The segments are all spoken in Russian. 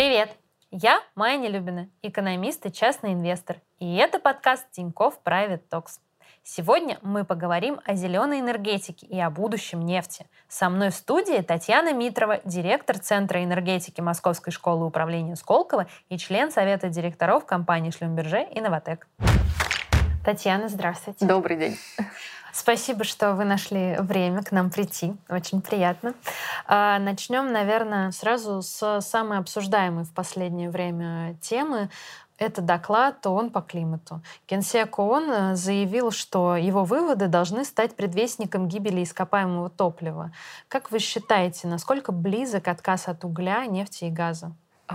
Привет! Я Майя Нелюбина, экономист и частный инвестор. И это подкаст Тинькофф Private Talks. Сегодня мы поговорим о зеленой энергетике и о будущем нефти. Со мной в студии Татьяна Митрова, директор Центра энергетики Московской школы управления Сколково и член Совета директоров компании Шлюмберже и Новатэк. Татьяна, здравствуйте. Добрый день. Спасибо, что вы нашли время к нам прийти. Очень приятно. Начнем, наверное, сразу с самой обсуждаемой в последнее время темы. Это доклад ООН по климату. Генсек ООН заявил, что его выводы должны стать предвестником гибели ископаемого топлива. Как вы считаете, насколько близок отказ от угля, нефти и газа?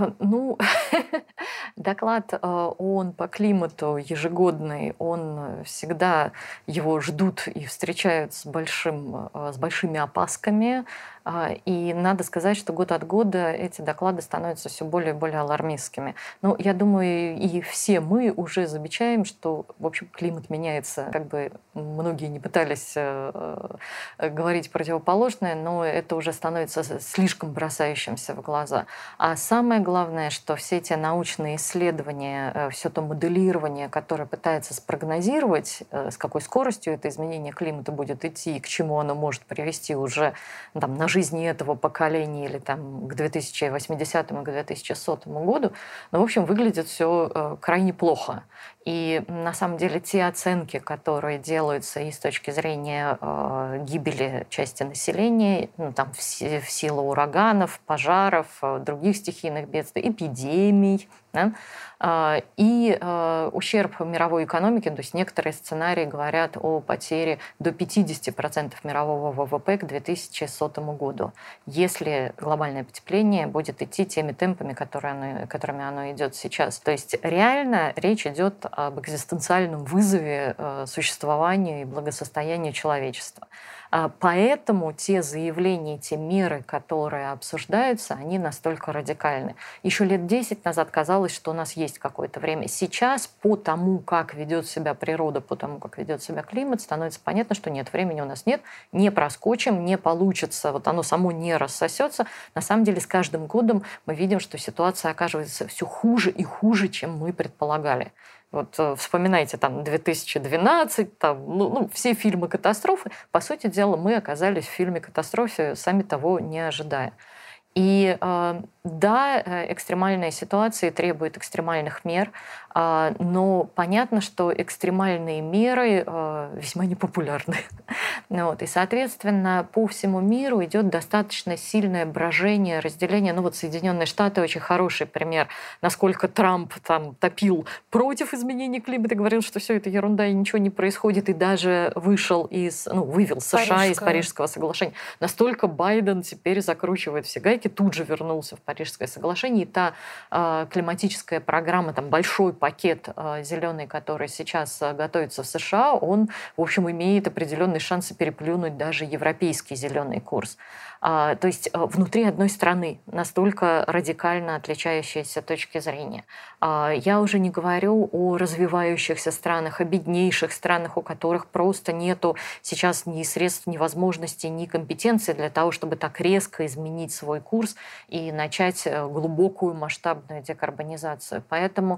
Доклад ООН по климату ежегодный, он всегда его ждут и встречают с большими опасками. И надо сказать, что год от года эти доклады становятся все более и более алармистскими. Но я думаю, и все мы уже замечаем, что, в общем, климат меняется. Как бы многие не пытались говорить противоположное, но это уже становится слишком бросающимся в глаза. А самое главное, что все эти научные исследования, все то моделирование, которое пытается спрогнозировать, с какой скоростью это изменение климата будет идти и к чему оно может привести уже на жизни этого поколения или к 2080 и к 2100 году, в общем, выглядит все крайне плохо. И на самом деле те оценки, которые делаются и с точки зрения гибели части населения, в силу ураганов, пожаров, других стихийных бедствий, эпидемий, и ущерб мировой экономике, то есть некоторые сценарии говорят о потере до 50% мирового ВВП к 2100 году, если глобальное потепление будет идти теми темпами, которыми оно идет сейчас. То есть реально речь идет об экзистенциальном вызове существованию и благосостоянию человечества. Поэтому те заявления, те меры, которые обсуждаются, они настолько радикальны. Еще лет 10 назад казалось, что у нас есть какое-то время. Сейчас по тому, как ведет себя природа, по тому, как ведет себя климат, становится понятно, что нет, времени у нас нет, не проскочим, не получится, оно само не рассосется. На самом деле с каждым годом мы видим, что ситуация оказывается все хуже и хуже, чем мы предполагали. Вспоминайте 2012, все фильмы катастрофы. По сути дела, мы оказались в фильме «Катастрофе», сами того не ожидая. И да, экстремальные ситуации требуют экстремальных мер, но понятно, что экстремальные меры весьма непопулярны. И, соответственно, по всему миру идет достаточно сильное брожение, разделение. Соединенные Штаты очень хороший пример, насколько Трамп топил против изменения климата, говорил, что все это ерунда и ничего не происходит, и даже вывел США из Парижского соглашения. Настолько Байден теперь закручивает все гайки, тут же вернулся в Парижское соглашение, и та климатическая программа, большой пакет зеленый, который сейчас готовится в США, он, в общем, имеет определенные шансы переплюнуть даже европейский зеленый курс. То есть внутри одной страны настолько радикально отличающиеся точки зрения. Я уже не говорю о развивающихся странах, о беднейших странах, у которых просто нету сейчас ни средств, ни возможностей, ни компетенции для того, чтобы так резко изменить свой курс и начать глубокую масштабную декарбонизацию. Поэтому,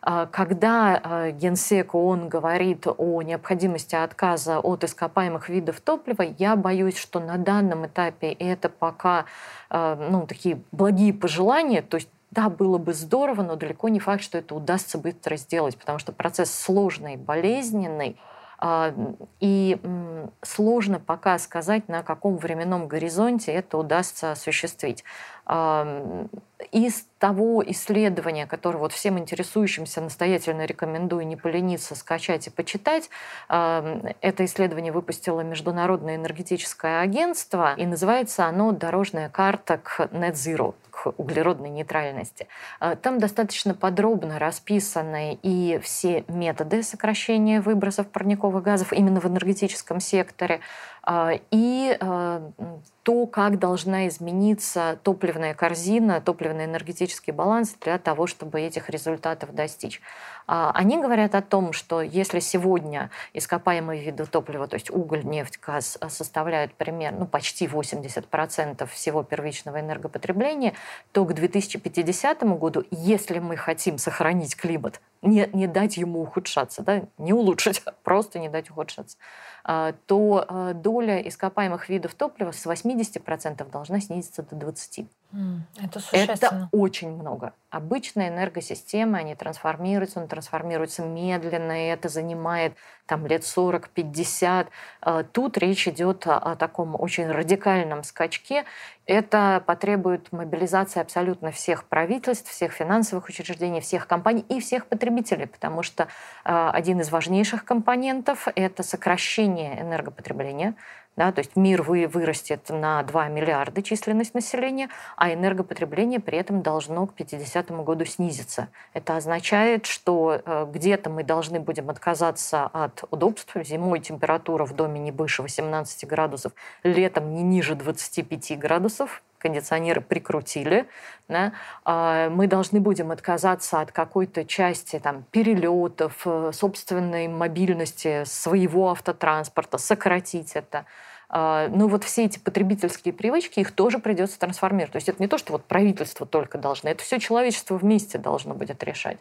когда Генсек ООН говорит о необходимости отказа от ископаемых видов топлива, я боюсь, что на данном этапе это пока такие благие пожелания, то есть да, было бы здорово, но далеко не факт, что это удастся быстро сделать, потому что процесс сложный, болезненный, и сложно пока сказать, на каком временном горизонте это удастся осуществить. Из того исследования, которое всем интересующимся настоятельно рекомендую не полениться, скачать и почитать, это исследование выпустило Международное энергетическое агентство, и называется оно «Дорожная карта к Net Zero», к углеродной нейтральности. Там достаточно подробно расписаны и все методы сокращения выбросов парниковых газов именно в энергетическом секторе, и то, как должна измениться топливная корзина, топливно-энергетический баланс для того, чтобы этих результатов достичь. Они говорят о том, что если сегодня ископаемые виды топлива, то есть уголь, нефть, газ, составляют примерно почти 80% всего первичного энергопотребления, то к 2050 году, если мы хотим сохранить климат, не дать ему ухудшаться, да, не улучшить, просто не дать ухудшаться, то доля ископаемых видов топлива с 80% должна снизиться до 20%. Это существенно. Это очень много. Обычные энергосистемы, они трансформируются, он трансформируется медленно, и это занимает там, лет 40-50. Тут речь идет о таком очень радикальном скачке. Это потребует мобилизации абсолютно всех правительств, всех финансовых учреждений, всех компаний и всех потребителей, потому что один из важнейших компонентов – это сокращение энергопотребления. Да, то есть мир вырастет на 2 миллиарда численность населения, а энергопотребление при этом должно к 50 году снизиться. Это означает, что где-то мы должны будем отказаться от удобств. Зимой температура в доме не выше 18 градусов, летом не ниже 25 градусов. Кондиционеры прикрутили. Да? Мы должны будем отказаться от какой-то части там, перелетов, собственной мобильности, своего автотранспорта, сократить это. Ну вот все эти потребительские привычки, их тоже придется трансформировать. То есть это не то, что вот правительство только должно, это все человечество вместе должно будет решать.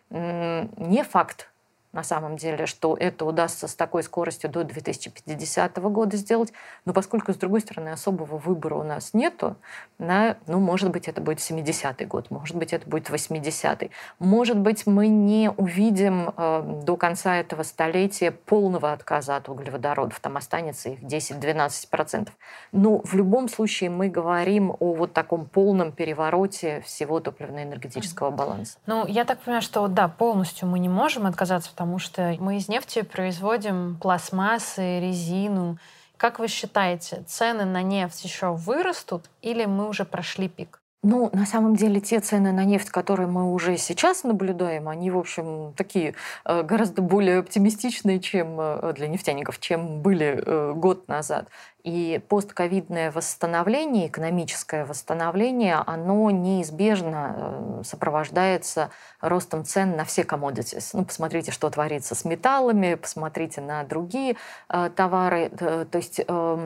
Не факт, на самом деле, что это удастся с такой скоростью до 2050 года сделать. Но поскольку, с другой стороны, особого выбора у нас нету, да, ну, может быть, это будет 70-й год, может быть, это будет 80-й. Может быть, мы не увидим до конца этого столетия полного отказа от углеводородов. Там останется их 10-12%. Но в любом случае мы говорим о вот таком полном перевороте всего топливно-энергетического баланса. Ну, я так понимаю, что да, полностью мы не можем отказаться, потому что мы из нефти производим пластмассы, резину. Как вы считаете, цены на нефть еще вырастут или мы уже прошли пик? Ну, на самом деле, те цены на нефть, которые мы уже сейчас наблюдаем, они, в общем, такие гораздо более оптимистичные, чем для нефтяников, чем были год назад. И постковидное восстановление, экономическое восстановление, оно неизбежно сопровождается ростом цен на все commodities. Ну, посмотрите, что творится с металлами, посмотрите на другие товары. То есть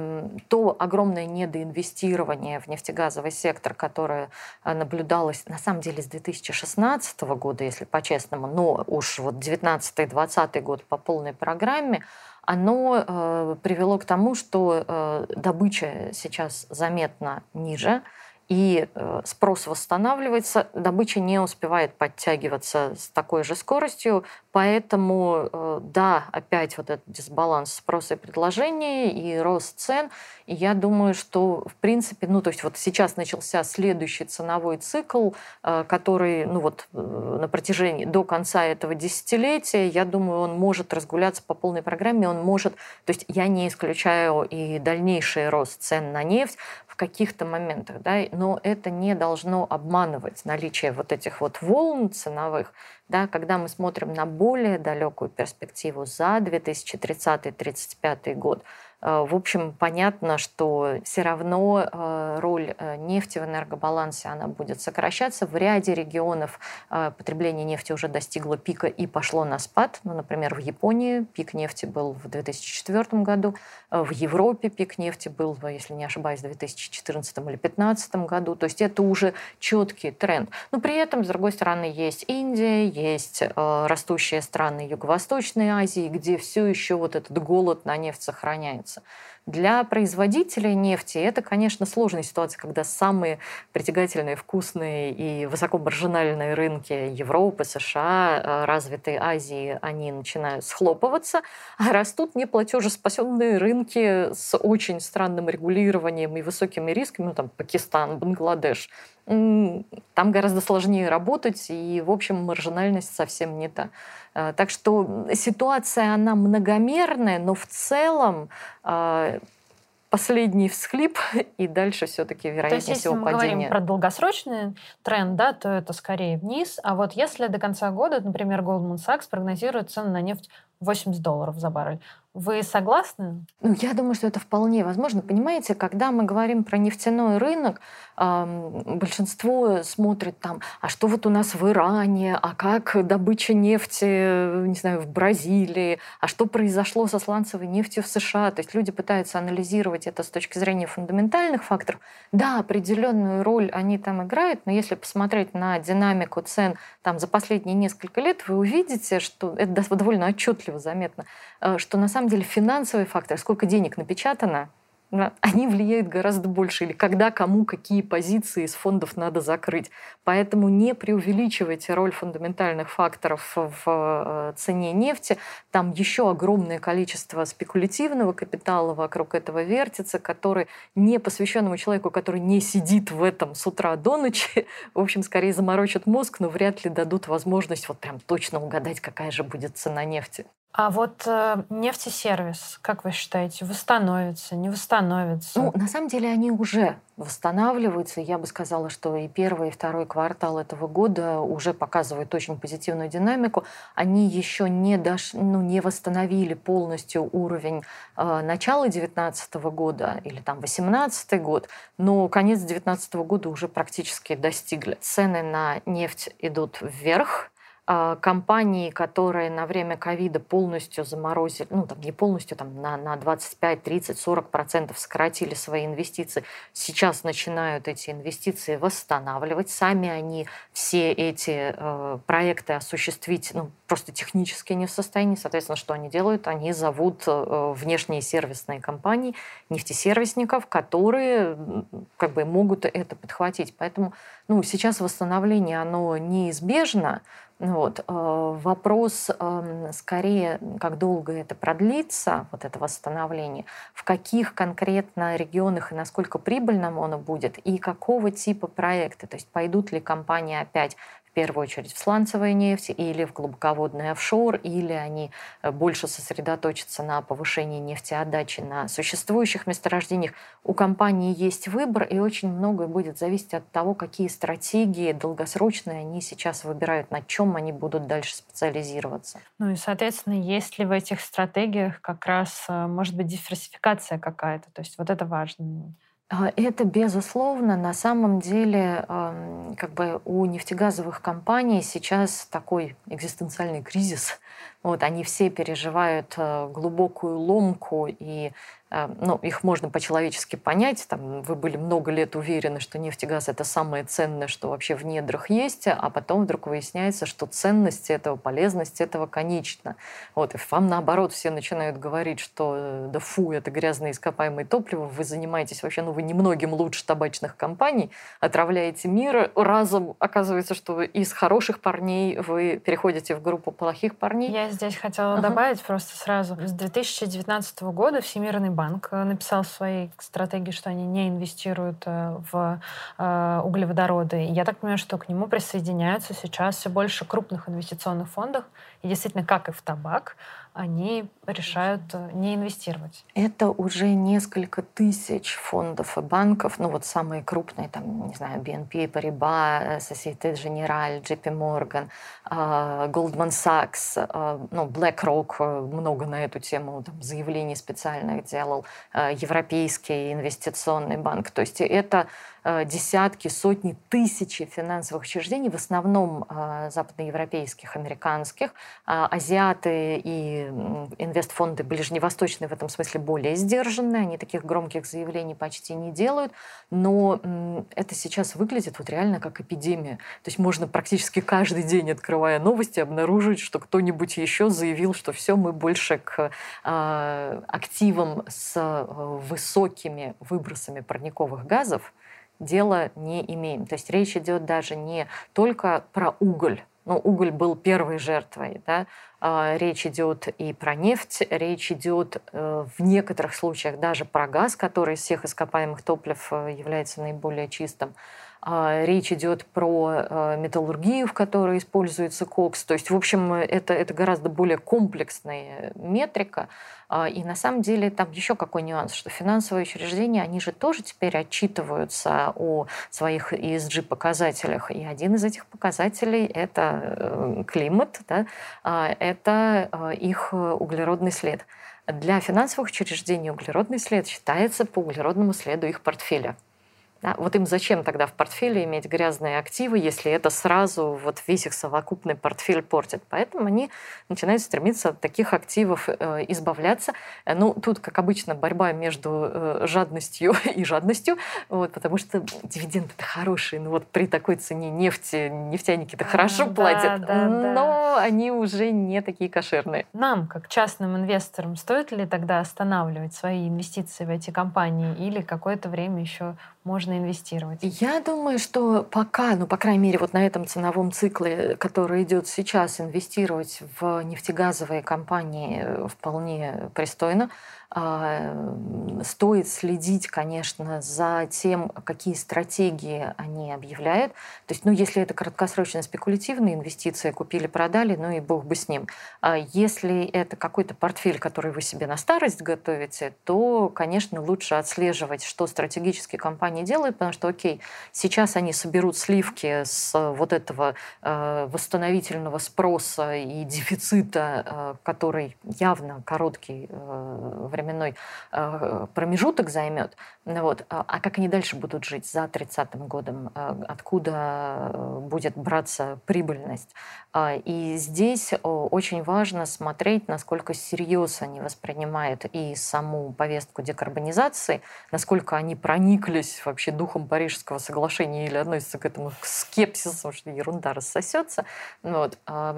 то огромное недоинвестирование в нефтегазовый сектор, которое наблюдалось, на самом деле, с 2016 года, если по-честному, но уж вот 19-20 год по полной программе, оно привело к тому, что добыча сейчас заметно ниже, и спрос восстанавливается, добыча не успевает подтягиваться с такой же скоростью, поэтому, да, опять вот этот дисбаланс спроса и предложения и рост цен. И я думаю, что, в принципе, ну, то есть вот сейчас начался следующий ценовой цикл, который, ну, вот на протяжении до конца этого десятилетия, я думаю, он может разгуляться по полной программе, он может, то есть я не исключаю и дальнейший рост цен на нефть в каких-то моментах, да, но это не должно обманывать наличие вот этих вот волн ценовых, да, когда мы смотрим на более далекую перспективу за 2030-2035 год. В общем, понятно, что все равно роль нефти в энергобалансе она будет сокращаться. В ряде регионов потребление нефти уже достигло пика и пошло на спад. Ну, например, в Японии пик нефти был в 2004 году, в Европе пик нефти был, если не ошибаюсь, в 2014 или 2015 году. То есть это уже четкий тренд. Но при этом, с другой стороны, есть Индия, есть растущие страны Юго-Восточной Азии, где все еще вот этот голод на нефть сохраняется. Для производителей нефти это, конечно, сложная ситуация, когда самые притягательные, вкусные и высокомаржинальные рынки Европы, США, развитой Азии, они начинают схлопываться, а растут неплатежеспособные рынки с очень странным регулированием и высокими рисками, ну, там, Пакистан, Бангладеш. Там гораздо сложнее работать, и, в общем, маржинальность совсем не та. Так что ситуация, она многомерная, но в целом последний всхлип, и дальше все-таки вероятнее всего падение. То есть, если мы говорим про долгосрочный тренд, да, то это скорее вниз. А вот если до конца года, например, Goldman Sachs прогнозирует цену на нефть $80 за баррель, Вы согласны? Ну, я думаю, что это вполне возможно. Понимаете, когда мы говорим про нефтяной рынок, большинство смотрит там, а что вот у нас в Иране, а как добыча нефти, не знаю, в Бразилии, а что произошло со сланцевой нефтью в США. То есть люди пытаются анализировать это с точки зрения фундаментальных факторов. Да, определенную роль они там играют, но если посмотреть на динамику цен там, за последние несколько лет, вы увидите, что это довольно отчетливо заметно, что на самом деле финансовые факторы, сколько денег напечатано, да, они влияют гораздо больше. Или когда кому какие позиции из фондов надо закрыть. Поэтому не преувеличивайте роль фундаментальных факторов в цене нефти. Там еще огромное количество спекулятивного капитала вокруг этого вертится, который непосвященному человеку, который не сидит в этом с утра до ночи, в общем, скорее заморочат мозг, но вряд ли дадут возможность вот прям точно угадать, какая же будет цена нефти. А вот нефтесервис, как вы считаете, восстановится, не восстановится? Ну, на самом деле они уже восстанавливаются. Я бы сказала, что и первый, и второй квартал этого года уже показывают очень позитивную динамику. Они еще не восстановили полностью уровень начала 2019 года или там 2018 год, но конец 2019 года уже практически достигли. Цены на нефть идут вверх. Компании, которые на время ковида полностью заморозили, ну там не полностью, там на 25, 30, 40% сократили свои инвестиции, сейчас начинают эти инвестиции восстанавливать. Сами они все эти проекты осуществить просто технически не в состоянии. Соответственно, что они делают? Они зовут внешние сервисные компании, нефтесервисников, которые как бы могут это подхватить. Поэтому сейчас восстановление, оно неизбежно. Вот. Вопрос скорее, как долго это продлится, вот это восстановление, в каких конкретно регионах и насколько прибыльным оно будет, и какого типа проекты. То есть пойдут ли компании опять в первую очередь в сланцевой нефти или в глубоководный офшор, или они больше сосредоточатся на повышении нефтеотдачи на существующих месторождениях. У компании есть выбор, и очень многое будет зависеть от того, какие стратегии долгосрочные они сейчас выбирают, на чем они будут дальше специализироваться. Ну и, соответственно, есть ли в этих стратегиях как раз, может быть, диверсификация какая-то? То есть вот это важно. Это, безусловно, на самом деле как бы у нефтегазовых компаний сейчас такой экзистенциальный кризис. Вот, они все переживают глубокую ломку, и их можно по-человечески понять. Там, вы были много лет уверены, что нефть и газ — это самое ценное, что вообще в недрах есть, а потом вдруг выясняется, что ценность этого, полезность этого конечна. Вот, и вам, наоборот, все начинают говорить, что да фу, это грязное ископаемое топливо, вы занимаетесь вообще, вы немногим лучше табачных компаний, отравляете мир. Разом оказывается, что из хороших парней вы переходите в группу плохих парней. Я здесь хотела добавить просто сразу. С 2019 года Всемирный банк написал в своей стратегии, что они не инвестируют в углеводороды. И я так понимаю, что к нему присоединяются сейчас все больше крупных инвестиционных фондов. И действительно, как и в табак, они решают не инвестировать. Это уже несколько тысяч фондов и банков. Самые крупные, там, не знаю, BNP Paribas, Société Générale, JP Morgan, Goldman Sachs, BlackRock много на эту тему записей специальных делал, Европейский инвестиционный банк. То есть это десятки, сотни, тысячи финансовых учреждений, в основном западноевропейских, американских. Азиаты и инвестфонды ближневосточные в этом смысле более сдержанные, они таких громких заявлений почти не делают, но это сейчас выглядит реально как эпидемия. То есть можно практически каждый день, открывая новости, обнаружить, что кто-нибудь еще заявил, что все, мы больше к активам с высокими выбросами парниковых газов дела не имеем. То есть речь идет даже не только про уголь. Уголь был первой жертвой. Да? Речь идет и про нефть, речь идет в некоторых случаях даже про газ, который из всех ископаемых топлив является наиболее чистым. Речь идет про металлургию, в которой используется кокс. То есть, в общем, это гораздо более комплексная метрика. И на самом деле там еще какой нюанс, что финансовые учреждения, они же тоже теперь отчитываются о своих ESG-показателях. И один из этих показателей — это климат, да? Это их углеродный след. Для финансовых учреждений углеродный след считается по углеродному следу их портфеля. Да, вот им зачем тогда в портфеле иметь грязные активы, если это сразу вот весь их совокупный портфель портит? Поэтому они начинают стремиться от таких активов избавляться. Ну, тут, как обычно, борьба между жадностью и жадностью, вот, потому что дивиденды-то хорошие, но вот при такой цене нефти нефтяники-то хорошо платят, но они уже не такие кошерные. Нам, как частным инвесторам, стоит ли тогда останавливать свои инвестиции в эти компании или какое-то время еще можно инвестировать? Я думаю, что пока, ну, по крайней мере, вот на этом ценовом цикле, который идет сейчас, инвестировать в нефтегазовые компании вполне пристойно. Стоит следить, конечно, за тем, какие стратегии они объявляют. То есть, ну, если это краткосрочные спекулятивные инвестиции, купили-продали, ну и бог бы с ним. А если это какой-то портфель, который вы себе на старость готовите, то, конечно, лучше отслеживать, что стратегические компании делают, потому что, окей, сейчас они соберут сливки с вот этого восстановительного спроса и дефицита, который явно короткий временной промежуток займет. Вот. А как они дальше будут жить за 30-м годом? Откуда будет браться прибыльность? И здесь очень важно смотреть, насколько всерьез они воспринимают и саму повестку декарбонизации, насколько они прониклись вообще духом Парижского соглашения или относятся к этому скепсисом, что ерунда рассосется. Вот.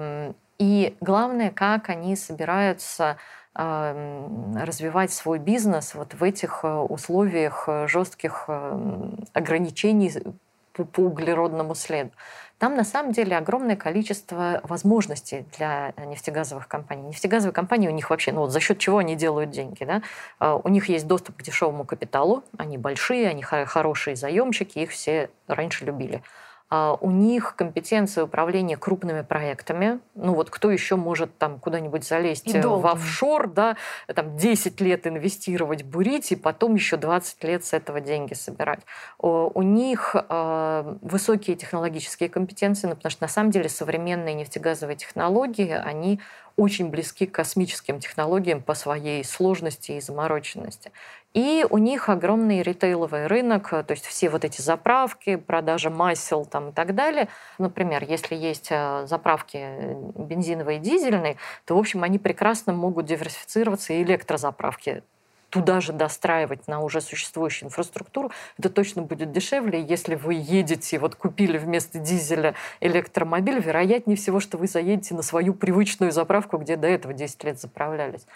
И главное, как они собираются развивать свой бизнес вот в этих условиях жестких ограничений по углеродному следу. Там на самом деле огромное количество возможностей для нефтегазовых компаний. Нефтегазовые компании у них вообще, ну вот за счет чего они делают деньги, да? У них есть доступ к дешевому капиталу, они большие, они хорошие заемщики, их все раньше любили. У них компетенция управления крупными проектами. Ну вот кто еще может там куда-нибудь залезть в офшор, да, там 10 лет инвестировать, бурить, и потом еще 20 лет с этого деньги собирать. У них высокие технологические компетенции, ну, потому что на самом деле современные нефтегазовые технологии, они очень близки к космическим технологиям по своей сложности и замороченности. И у них огромный ритейловый рынок, то есть все вот эти заправки, продажа масел там, и так далее. Например, если есть заправки бензиновые и дизельные, то, в общем, они прекрасно могут диверсифицироваться, и электрозаправки туда же достраивать на уже существующую инфраструктуру, это точно будет дешевле. Если вы едете, вот купили вместо дизеля электромобиль, вероятнее всего, что вы заедете на свою привычную заправку, где до этого 10 лет заправлялись.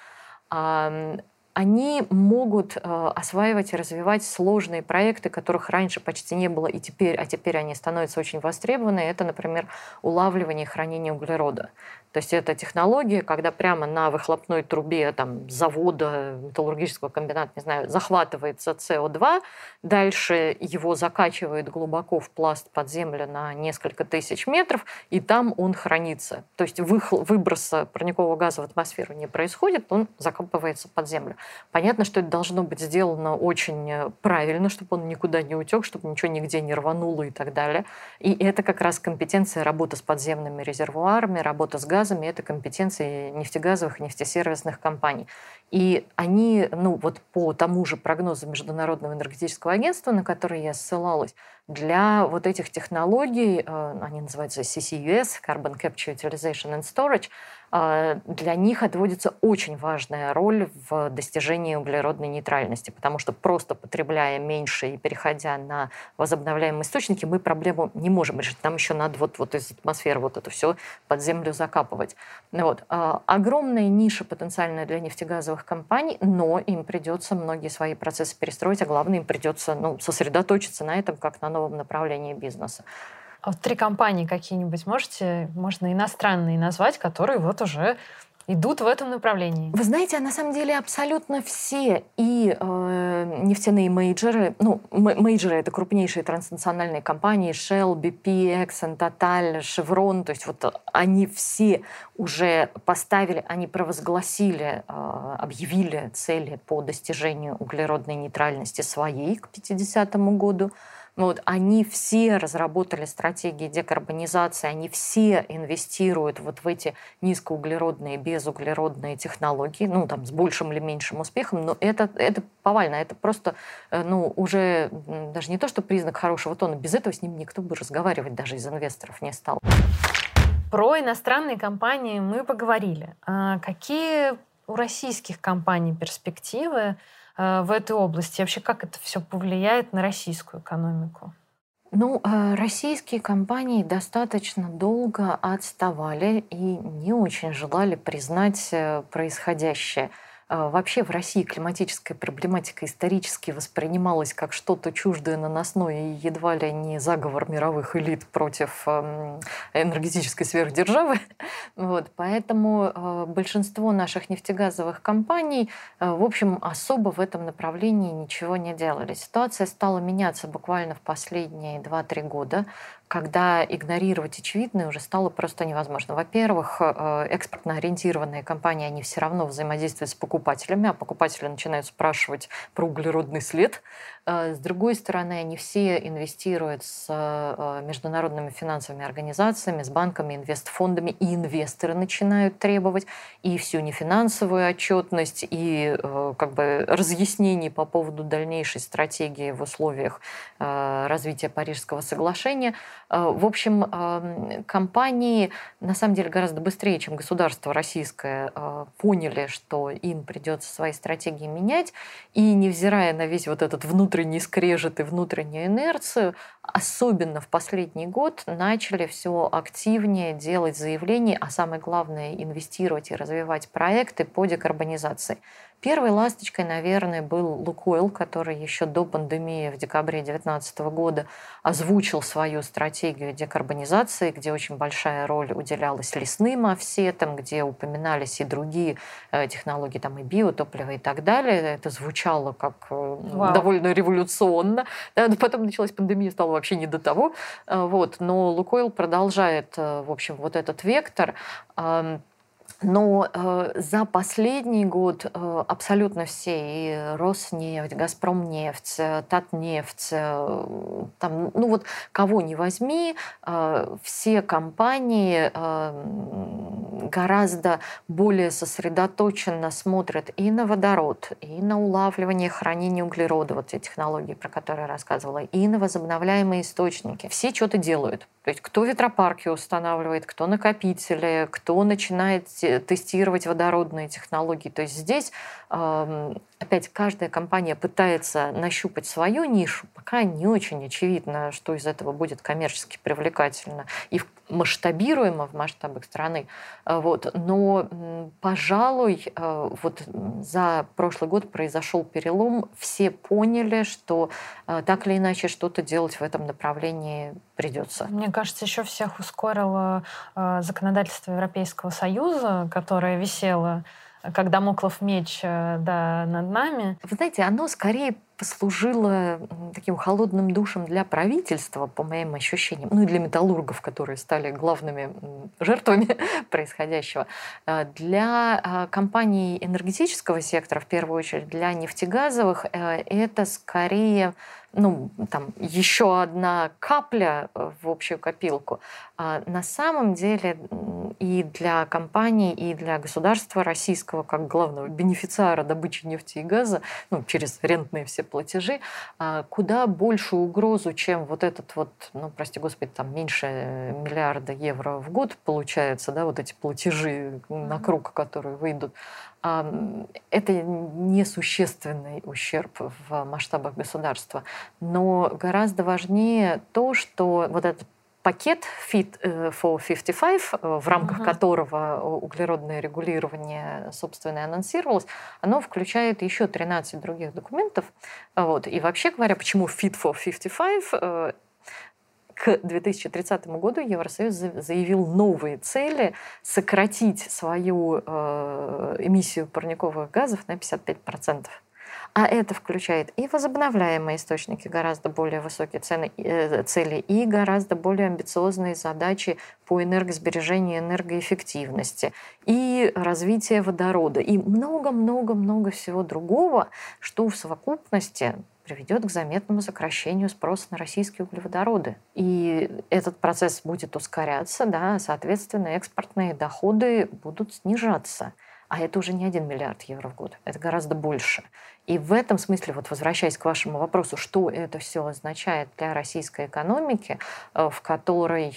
Они могут осваивать и развивать сложные проекты, которых раньше почти не было, и теперь они становятся очень востребованы. Это, например, улавливание и хранение углерода. То есть это технология, когда прямо на выхлопной трубе там, завода, металлургического комбината, не знаю, захватывается СО2, дальше его закачивает глубоко в пласт под землю на несколько тысяч метров, и там он хранится. То есть выброса парникового газа в атмосферу не происходит, он закапывается под землю. Понятно, что это должно быть сделано очень правильно, чтобы он никуда не утек, чтобы ничего нигде не рвануло и так далее. И это как раз компетенция работы с подземными резервуарами, работа с газами, это компетенции нефтегазовых и нефтесервисных компаний. И они, ну вот по тому же прогнозу Международного энергетического агентства, на который я ссылалась, для вот этих технологий, они называются CCUS, Carbon Capture, Utilization and Storage, для них отводится очень важная роль в достижении углеродной нейтральности, потому что просто потребляя меньше и переходя на возобновляемые источники, мы проблему не можем решить. Нам еще надо вот из атмосферы вот это все под землю закапывать. Вот. Огромная ниша потенциальная для нефтегазовых компаний, но им придется многие свои процессы перестроить, а главное, им придется сосредоточиться на этом как на новом направлении бизнеса. А вот 3 компании какие-нибудь можно иностранные назвать, которые вот уже идут в этом направлении? Вы знаете, на самом деле абсолютно все и нефтяные мейджоры, мейджоры — это крупнейшие транснациональные компании, Shell, BP, Exxon, Total, Chevron, то есть вот они все уже поставили, они провозгласили, объявили цели по достижению углеродной нейтральности своей к 50 году. Вот, они все разработали стратегии декарбонизации, они все инвестируют вот в эти низкоуглеродные, безуглеродные технологии, ну, там, с большим или меньшим успехом, но это повально, это просто, ну, уже даже не то, что признак хорошего тона, без этого с ним никто бы разговаривать даже из инвесторов не стал. Про иностранные компании мы поговорили. А какие у российских компаний перспективы в этой области? Вообще, как это все повлияет на российскую экономику? Ну, российские компании достаточно долго отставали и не очень желали признать происходящее. Вообще в России климатическая проблематика исторически воспринималась как что-то чуждое, наносное и едва ли не заговор мировых элит против энергетической сверхдержавы. Вот, поэтому большинство наших нефтегазовых компаний, в общем, особо в этом направлении ничего не делали. Ситуация стала меняться буквально в последние 2-3 года, когда игнорировать очевидное уже стало просто невозможно. Во-первых, экспортно ориентированные компании, они все равно взаимодействуют с покупателями, а покупатели начинают спрашивать про углеродный след. С другой стороны, они все инвестируют с международными финансовыми организациями, с банками, инвестфондами, и инвесторы начинают требовать и всю нефинансовую отчетность, и как бы разъяснений по поводу дальнейшей стратегии в условиях развития Парижского соглашения. В общем, компании на самом деле гораздо быстрее, чем государство российское, поняли, что им придется свои стратегии менять, и невзирая на весь вот этот внутренний скрежет и внутреннюю инерцию, особенно в последний год начали все активнее делать заявления, а самое главное инвестировать и развивать проекты по декарбонизации. Первой ласточкой, наверное, был «Лукойл», который еще до пандемии в декабре 2019 года озвучил свою стратегию декарбонизации, где очень большая роль уделялась лесным офсетам, где упоминались и другие технологии, там и биотопливо и так далее. Это звучало как довольно революционно. Да, но потом началась пандемия, стало вообще не до того. Вот. Но «Лукойл» продолжает, в общем, вот этот вектор. Но за последний год абсолютно все, и Роснефть, Газпромнефть, Татнефть, там, ну вот кого ни возьми, все компании гораздо более сосредоточенно смотрят и на водород, и на улавливание, хранение углерода, вот те технологии, про которые я рассказывала, и на возобновляемые источники. Все что-то делают. То есть кто ветропарки устанавливает, кто накопители, кто начинает тестировать водородные технологии. То есть здесь опять каждая компания пытается нащупать свою нишу, пока не очень очевидно, что из этого будет коммерчески привлекательно и масштабируемо в масштабах страны. Вот. Но, пожалуй, вот за прошлый год произошел перелом. Все поняли, что так или иначе что-то делать в этом направлении придется. Мне кажется, еще всех ускорило законодательство Европейского Союза, которое висело как дамоклов меч над нами. Вы знаете, оно скорее послужило таким холодным душем для правительства, по моим ощущениям, ну и для металлургов, которые стали главными жертвами происходящего. Для компаний энергетического сектора, в первую очередь для нефтегазовых, это скорее там еще одна капля в общую копилку. На самом деле и для компаний, и для государства российского, как главного бенефициара добычи нефти и газа, через рентные все платежи, куда большую угрозу, чем вот этот вот, прости господи, там меньше миллиарда евро в год получается, да, вот эти платежи на круг, которые выйдут, это несущественный ущерб в масштабах государства. Но гораздо важнее то, что вот этот пакет Fit for 55, в рамках которого углеродное регулирование, собственно, и анонсировалось, оно включает еще 13 других документов. Вот. И вообще говоря, почему Fit for 55? К 2030 году Евросоюз заявил новые цели сократить свою эмиссию парниковых газов на 55%. А это включает и возобновляемые источники, гораздо более высокие цели, и гораздо более амбициозные задачи по энергосбережению и энергоэффективности, и развитие водорода, и много-много-много всего другого, что в совокупности приведет к заметному сокращению спроса на российские углеводороды. И этот процесс будет ускоряться, да, соответственно, экспортные доходы будут снижаться. А это уже не 1 миллиард евро в год, это гораздо больше. И в этом смысле, вот возвращаясь к вашему вопросу, что это все означает для российской экономики, в которой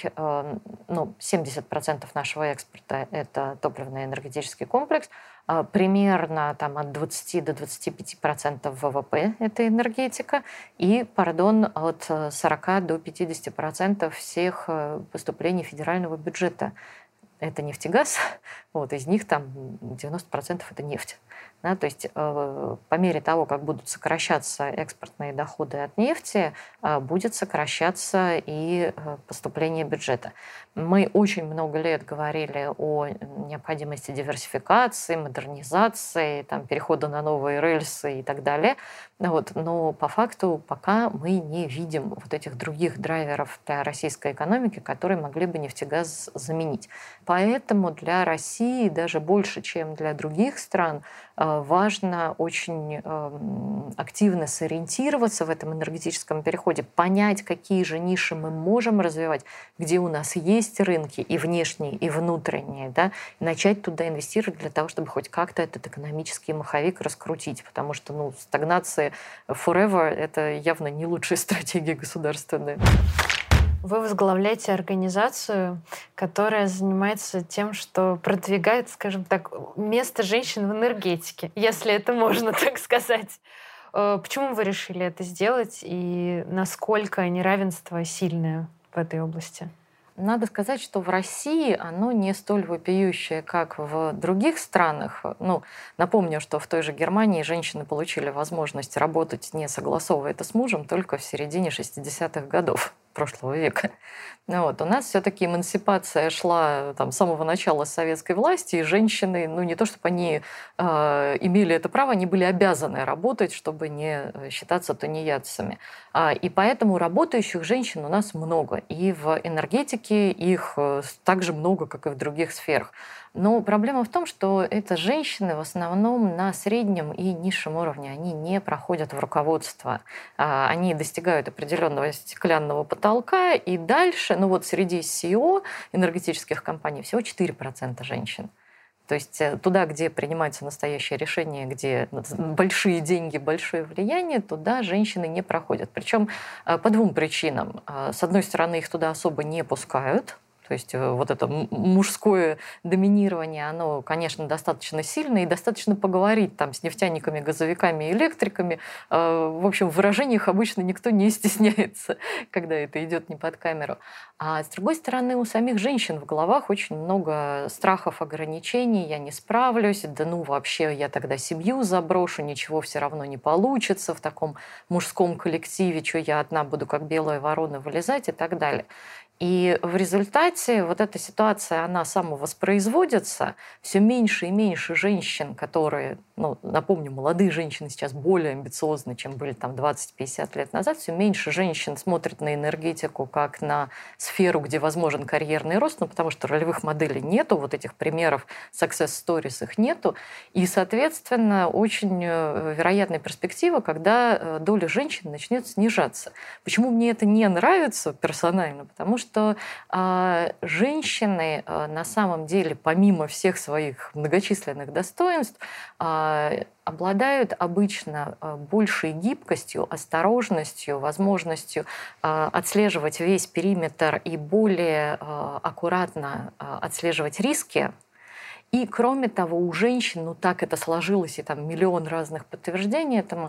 70% нашего экспорта — это топливно-энергетический комплекс, примерно там, от 20 до 25% ВВП — это энергетика, и, от 40 до 50% всех поступлений федерального бюджета. Это нефтегаз, из них там 90% это нефть. Да, то есть по мере того, как будут сокращаться экспортные доходы от нефти, будет сокращаться и поступление бюджета. Мы очень много лет говорили о необходимости диверсификации, модернизации, перехода на новые рельсы и так далее. Но по факту пока мы не видим вот этих других драйверов для российской экономики, которые могли бы нефтегаз заменить. Поэтому для России даже больше, чем для других стран, важно очень активно сориентироваться в этом энергетическом переходе, понять, какие же ниши мы можем развивать, где у нас есть рынки и внешние, и внутренние, да, и начать туда инвестировать для того, чтобы хоть как-то этот экономический маховик раскрутить, потому что стагнация forever — это явно не лучшая стратегия государственная. Вы возглавляете организацию, которая занимается тем, что продвигает, скажем так, место женщин в энергетике, если это можно так сказать. Почему вы решили это сделать и насколько неравенство сильное в этой области? Надо сказать, что в России оно не столь вопиющее, как в других странах. Напомню, что в той же Германии женщины получили возможность работать, не согласовывая это с мужем, только в середине 60-х годов прошлого века. У нас все-таки эмансипация шла с самого начала советской власти, и женщины, не то чтобы они имели это право, они были обязаны работать, чтобы не считаться тунеядцами. И поэтому работающих женщин у нас много. И в энергетике их так же много, как и в других сферах. Но проблема в том, что это женщины в основном на среднем и низшем уровне. Они не проходят в руководство. Они достигают определенного стеклянного потолка, и дальше, среди CEO энергетических компаний всего 4% женщин. То есть туда, где принимаются настоящие решения, где большие деньги, большое влияние, туда женщины не проходят. Причем по двум причинам. С одной стороны, их туда особо не пускают. То есть вот это мужское доминирование, оно, конечно, достаточно сильное, и достаточно поговорить с нефтяниками, газовиками, электриками. В общем, в выражениях обычно никто не стесняется, когда это идет не под камеру. А с другой стороны, у самих женщин в головах очень много страхов, ограничений. Я не справлюсь, вообще я тогда семью заброшу, ничего все равно не получится в таком мужском коллективе, что я одна буду как белая ворона вылезать и так далее. И в результате вот эта ситуация, она самовоспроизводится. Все меньше и меньше женщин, которые, напомню, молодые женщины сейчас более амбициозны, чем были 20-50 лет назад, все меньше женщин смотрят на энергетику как на сферу, где возможен карьерный рост, потому что ролевых моделей нету, вот этих примеров success stories их нету. И, соответственно, очень вероятная перспектива, когда доля женщин начнет снижаться. Почему мне это не нравится персонально? Потому что женщины на самом деле, помимо всех своих многочисленных достоинств, обладают обычно большей гибкостью, осторожностью, возможностью отслеживать весь периметр и более аккуратно отслеживать риски. И, кроме того, у женщин, так это сложилось, и миллион разных подтверждений этому,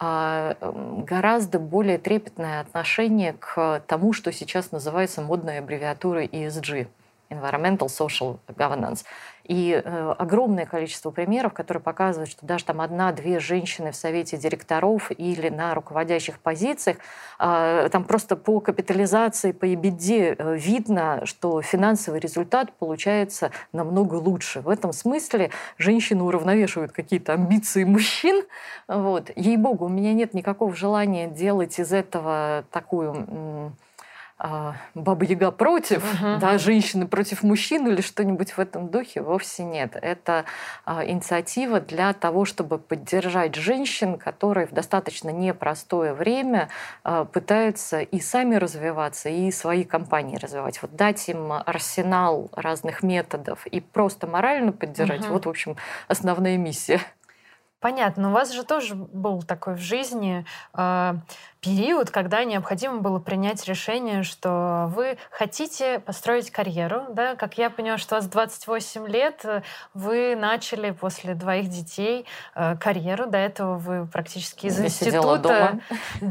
гораздо более трепетное отношение к тому, что сейчас называется модной аббревиатурой ESG – Environmental Social Governance. И огромное количество примеров, которые показывают, что даже 1-2 женщины в совете директоров или на руководящих позициях, просто по капитализации, по EBITDA видно, что финансовый результат получается намного лучше. В этом смысле женщины уравновешивают какие-то амбиции мужчин. Ей-богу, у меня нет никакого желания делать из этого такую Баба-Яга против, Мгм. да, женщины против мужчин или что-нибудь в этом духе, вовсе нет. Это инициатива для того, чтобы поддержать женщин, которые в достаточно непростое время пытаются и сами развиваться, и свои компании развивать. Вот дать им арсенал разных методов и просто морально поддержать, Мгм. вот, в общем, основная миссия. Понятно. Но у вас же тоже был такой в жизни период, когда необходимо было принять решение, что вы хотите построить карьеру. Да? Как я поняла, что у вас 28 лет, вы начали после 2 детей карьеру. До этого вы практически из Я сидела института, дома.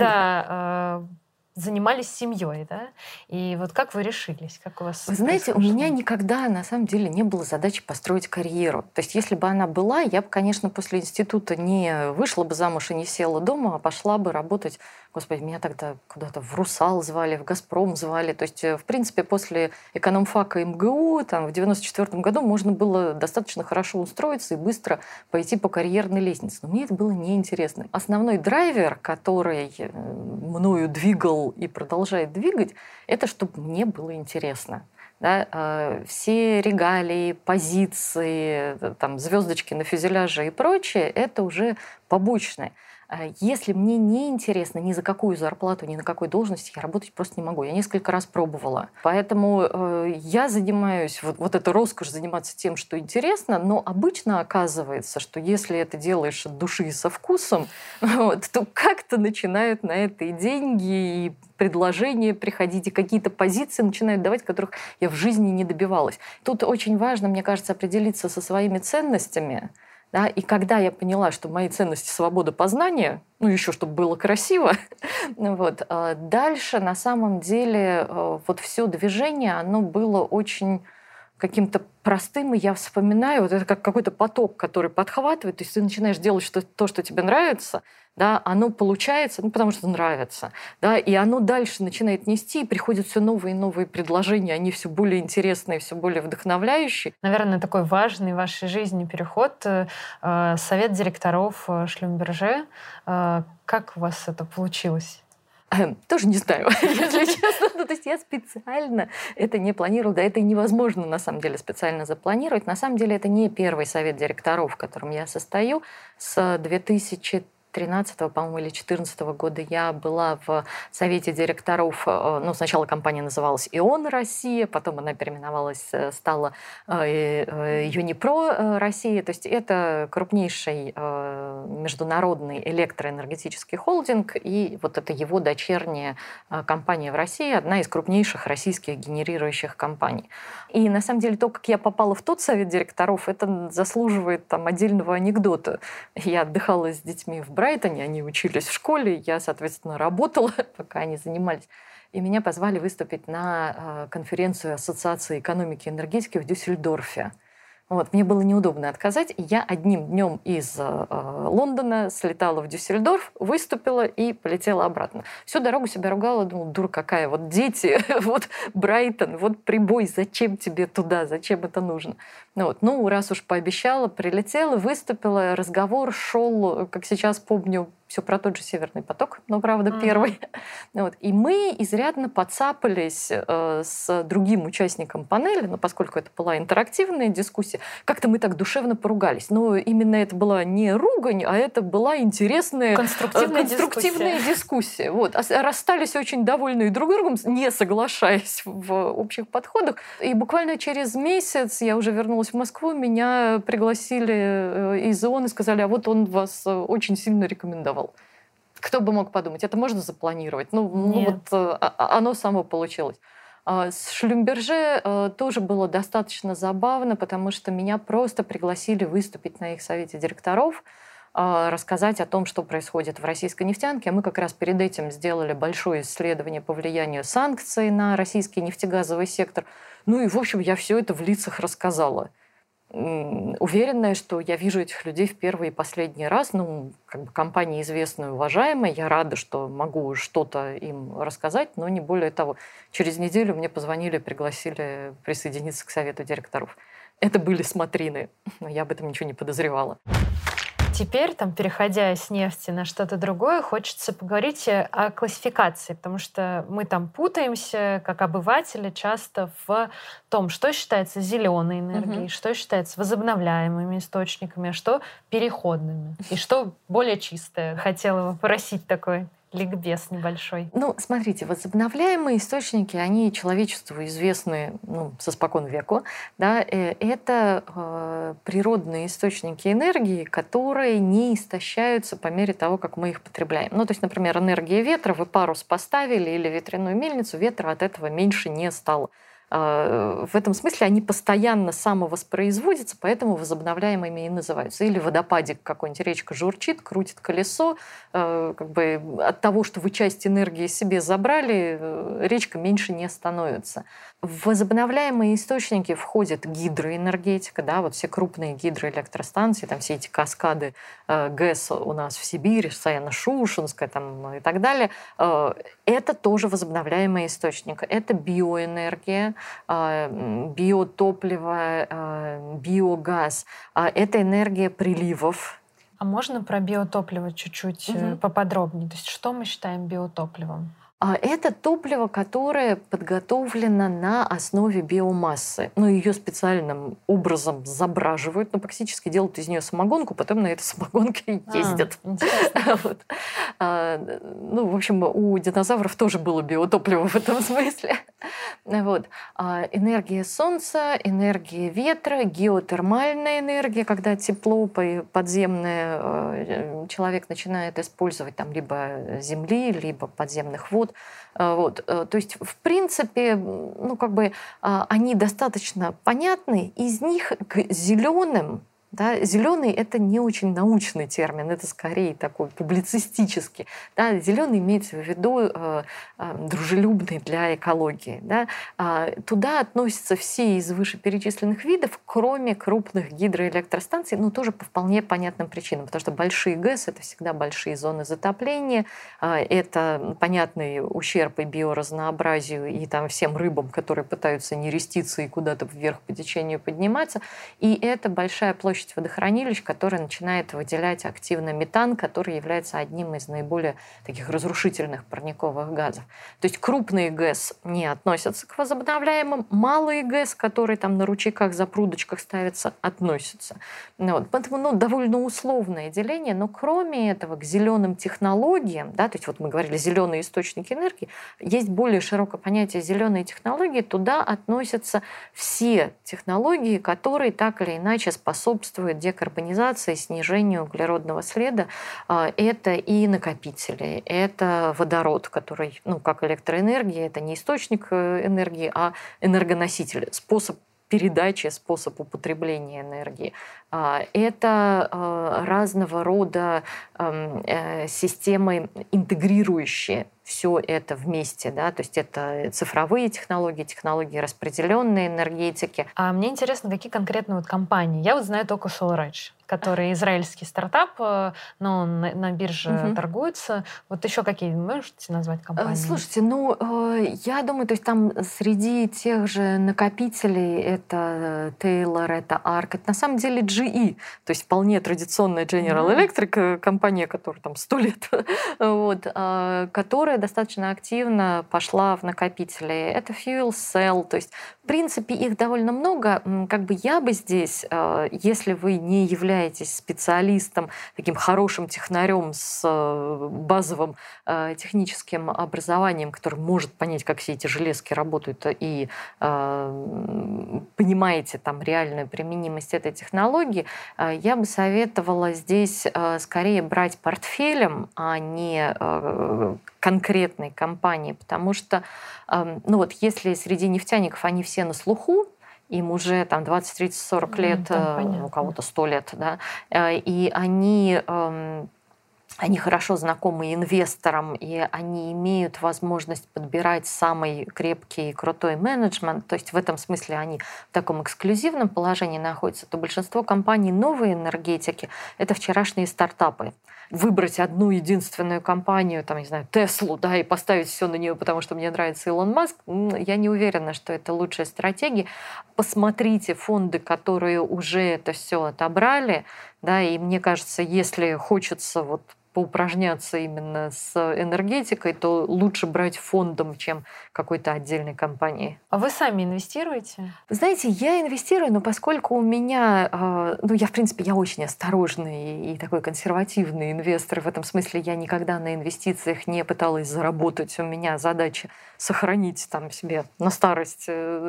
да, занимались семьей, да? И вот как вы решились? Как у вас Вы знаете, у меня произошло? никогда на самом деле не было задачи построить карьеру. То есть если бы она была, я бы, конечно, после института не вышла бы замуж и не села дома, а пошла бы работать. Господи, меня тогда куда-то в «Русал» звали, в «Газпром» звали. То есть, в принципе, после экономфака МГУ там, в 94 году можно было достаточно хорошо устроиться и быстро пойти по карьерной лестнице. Но мне это было неинтересно. Основной драйвер, который мною двигал и продолжает двигать, это чтобы мне было интересно. Да, все регалии, позиции, там, звездочки на фюзеляже и прочее, это уже побочное. Если мне не интересно ни за какую зарплату, ни на какой должности, я работать просто не могу. Я несколько раз пробовала. Поэтому я занимаюсь, вот эта роскошь заниматься тем, что интересно, но обычно оказывается, что если это делаешь от души и со вкусом, вот, то как-то начинают на это и деньги, и предложения приходить, и какие-то позиции начинают давать, которых я в жизни не добивалась. Тут очень важно, мне кажется, определиться со своими ценностями. Да, и когда я поняла, что мои ценности — свобода познания, ну еще чтобы было красиво, вот, дальше на самом деле вот все движение, оно было очень каким-то простым, и я вспоминаю, вот это как какой-то поток, который подхватывает, то есть ты начинаешь делать то, что тебе нравится, да, оно получается, ну, потому что нравится, да, и оно дальше начинает нести, и приходят все новые и новые предложения, они все более интересные, все более вдохновляющие. Наверное, такой важный в вашей жизни переход, совет директоров Шлюмберже. Как у вас это получилось? Тоже не знаю, если честно. Ну, то есть я специально это не планировала. Да, это невозможно, на самом деле, специально запланировать. На самом деле, это не первый совет директоров, в котором я состою. С 2013, по-моему, или 2014 года я была в совете директоров. Ну, сначала компания называлась «ИОН Россия», потом она переименовалась, стала «Юнипро Россия». То есть это крупнейший международный электроэнергетический холдинг, и вот это его дочерняя компания в России, одна из крупнейших российских генерирующих компаний. И на самом деле то, как я попала в тот совет директоров, это заслуживает там отдельного анекдота. Я отдыхала с детьми в Брайтоне, они учились в школе, я, соответственно, работала, пока они занимались. И меня позвали выступить на конференцию Ассоциации экономики и энергетики в Дюссельдорфе. Вот, мне было неудобно отказать, и я одним днем из Лондона слетала в Дюссельдорф, выступила и полетела обратно. Всю дорогу себя ругала, думала, дура какая, вот дети, вот Брайтон, вот прибой, зачем тебе туда, зачем это нужно? Ну, раз уж пообещала, прилетела, выступила, разговор шел, как сейчас помню, все про тот же «Северный поток», но, правда, первый. Вот. И мы изрядно подцапались с другим участником панели, но поскольку это была интерактивная дискуссия, как-то мы так душевно поругались. Но именно это была не ругань, а это была интересная конструктивная дискуссия. Вот. Расстались очень довольны друг другом, не соглашаясь в общих подходах. И буквально через месяц я уже вернулась в Москву, меня пригласили из ИОН и сказали, а вот он вас очень сильно рекомендовал. Кто бы мог подумать, это можно запланировать? Ну вот оно само получилось. С Шлюмберже тоже было достаточно забавно, потому что меня просто пригласили выступить на их совете директоров, рассказать о том, что происходит в российской нефтянке. Мы как раз перед этим сделали большое исследование по влиянию санкций на российский нефтегазовый сектор. Ну и, в общем, я все это в лицах рассказала. Уверенная, что я вижу этих людей в первый и последний раз. Ну, как бы компания известная и уважаемая. Я рада, что могу что-то им рассказать, но не более того. Через неделю мне позвонили, пригласили присоединиться к совету директоров. Это были смотрины, но я об этом ничего не подозревала. теперь, там, переходя с нефти на что-то другое, хочется поговорить о классификации, потому что мы там путаемся, как обыватели, часто в том, что считается зеленой энергией, что считается возобновляемыми источниками, а что переходными, и что более чистое. Хотела попросить такой ликбез небольшой. Ну, смотрите, возобновляемые источники, они человечеству известны со спокон веку. Да? Это природные источники энергии, которые не истощаются по мере того, как мы их потребляем. Ну, то есть, например, энергия ветра, вы парус поставили или ветряную мельницу, ветра от этого меньше не стало. В этом смысле они постоянно самовоспроизводятся, поэтому возобновляемыми и называются. Или водопадик какой-нибудь, речка журчит, крутит колесо. Как бы от того, что вы часть энергии себе забрали, речка меньше не становится. В возобновляемые источники входит гидроэнергетика, да, вот все крупные гидроэлектростанции, там все эти каскады ГЭС у нас в Сибири, Саяно-Шушенская там, и так далее. Это тоже возобновляемый источник. Это биоэнергия, биотопливо, биогаз. Это энергия приливов. А можно про биотопливо чуть-чуть поподробнее? То есть что мы считаем биотопливом? Это топливо, которое подготовлено на основе биомассы. Ее специальным образом забраживают, но практически делают из нее самогонку, потом на этой самогонке ездят. Вот. В общем, у динозавров тоже было биотопливо в этом смысле. Вот. Энергия солнца, энергия ветра, геотермальная энергия, когда тепло подземное человек начинает использовать там, либо земли, либо подземных вод. Вот. То есть, в принципе, они достаточно понятны. Из них к зеленым, да, зеленый — это не очень научный термин, это скорее такой публицистический. Да. Зеленый имеется в виду дружелюбный для экологии. Да. Туда относятся все из вышеперечисленных видов, кроме крупных гидроэлектростанций, но тоже по вполне понятным причинам, потому что большие ГЭС — это всегда большие зоны затопления, это понятный ущерб и биоразнообразию, и там всем рыбам, которые пытаются нереститься и куда-то вверх по течению подниматься, и это большая площадь водохранилищ, которая начинает выделять активно метан, который является одним из наиболее таких разрушительных парниковых газов. То есть крупные ГЭС не относятся к возобновляемым, малые ГЭС, которые там на ручейках, запрудочках ставятся, относятся. Вот. Поэтому довольно условное деление, но кроме этого к зеленым технологиям, да, то есть вот мы говорили зеленые источники энергии, есть более широкое понятие зеленые технологии, туда относятся все технологии, которые так или иначе способствуют декарбонизации, снижению углеродного следа. Это и накопители, это водород, который, как электроэнергия, это не источник энергии, а энергоноситель, способ передачи, способ употребления энергии. Это разного рода системы, интегрирующие все это вместе. Да? То есть это цифровые технологии, технологии распределенной энергетики. А мне интересно, какие конкретно компании? Я знаю только SolarEdge, который израильский стартап, но он на бирже торгуется. Вот еще какие можете назвать компании? Слушайте, я думаю, то есть там среди тех же накопителей это Taylor, это ARC, это на самом деле GE, то есть вполне традиционная General Electric, компания, которая там 100 лет, вот, которая достаточно активно пошла в накопители. Это Fuel Cell, то есть в принципе их довольно много. Я бы здесь, если вы не являетесь специалистом, таким хорошим технарем с базовым техническим образованием, который может понять, как все эти железки работают, и понимаете там реальную применимость этой технологии, я бы советовала здесь скорее брать портфелем, а не конкретной компании, потому что если среди нефтяников они все на слуху, им уже там 20, 30, 40 лет, у кого-то 100 лет, да, и они хорошо знакомы инвесторам, и они имеют возможность подбирать самый крепкий и крутой менеджмент. То есть в этом смысле они в таком эксклюзивном положении находятся. То большинство компаний новой энергетики — это вчерашние стартапы. Выбрать одну единственную компанию, там, не знаю, Теслу, да, и поставить все на нее, потому что мне нравится Илон Маск, я не уверена, что это лучшая стратегия. Посмотрите фонды, которые уже это все отобрали. Да, и мне кажется, если хочется вот поупражняться именно с энергетикой, то лучше брать фондом, чем какой-то отдельной компанией. А вы сами инвестируете? Знаете, я инвестирую, но поскольку у меня, ну, я, в принципе, я очень осторожный и такой консервативный инвестор. В этом смысле я никогда на инвестициях не пыталась заработать. У меня задача сохранить там себе на старость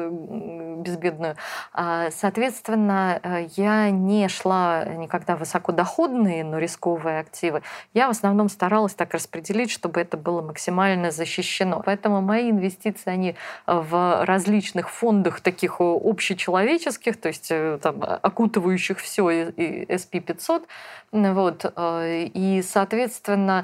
безбедную. Соответственно, я не шла никогда в высокодоходные, но рисковые активы. Я в основном старалась так распределить, чтобы это было максимально защищено. Поэтому мои инвестиции, они в различных фондах таких общечеловеческих, то есть там, окутывающих все и SP500. Вот. И, соответственно,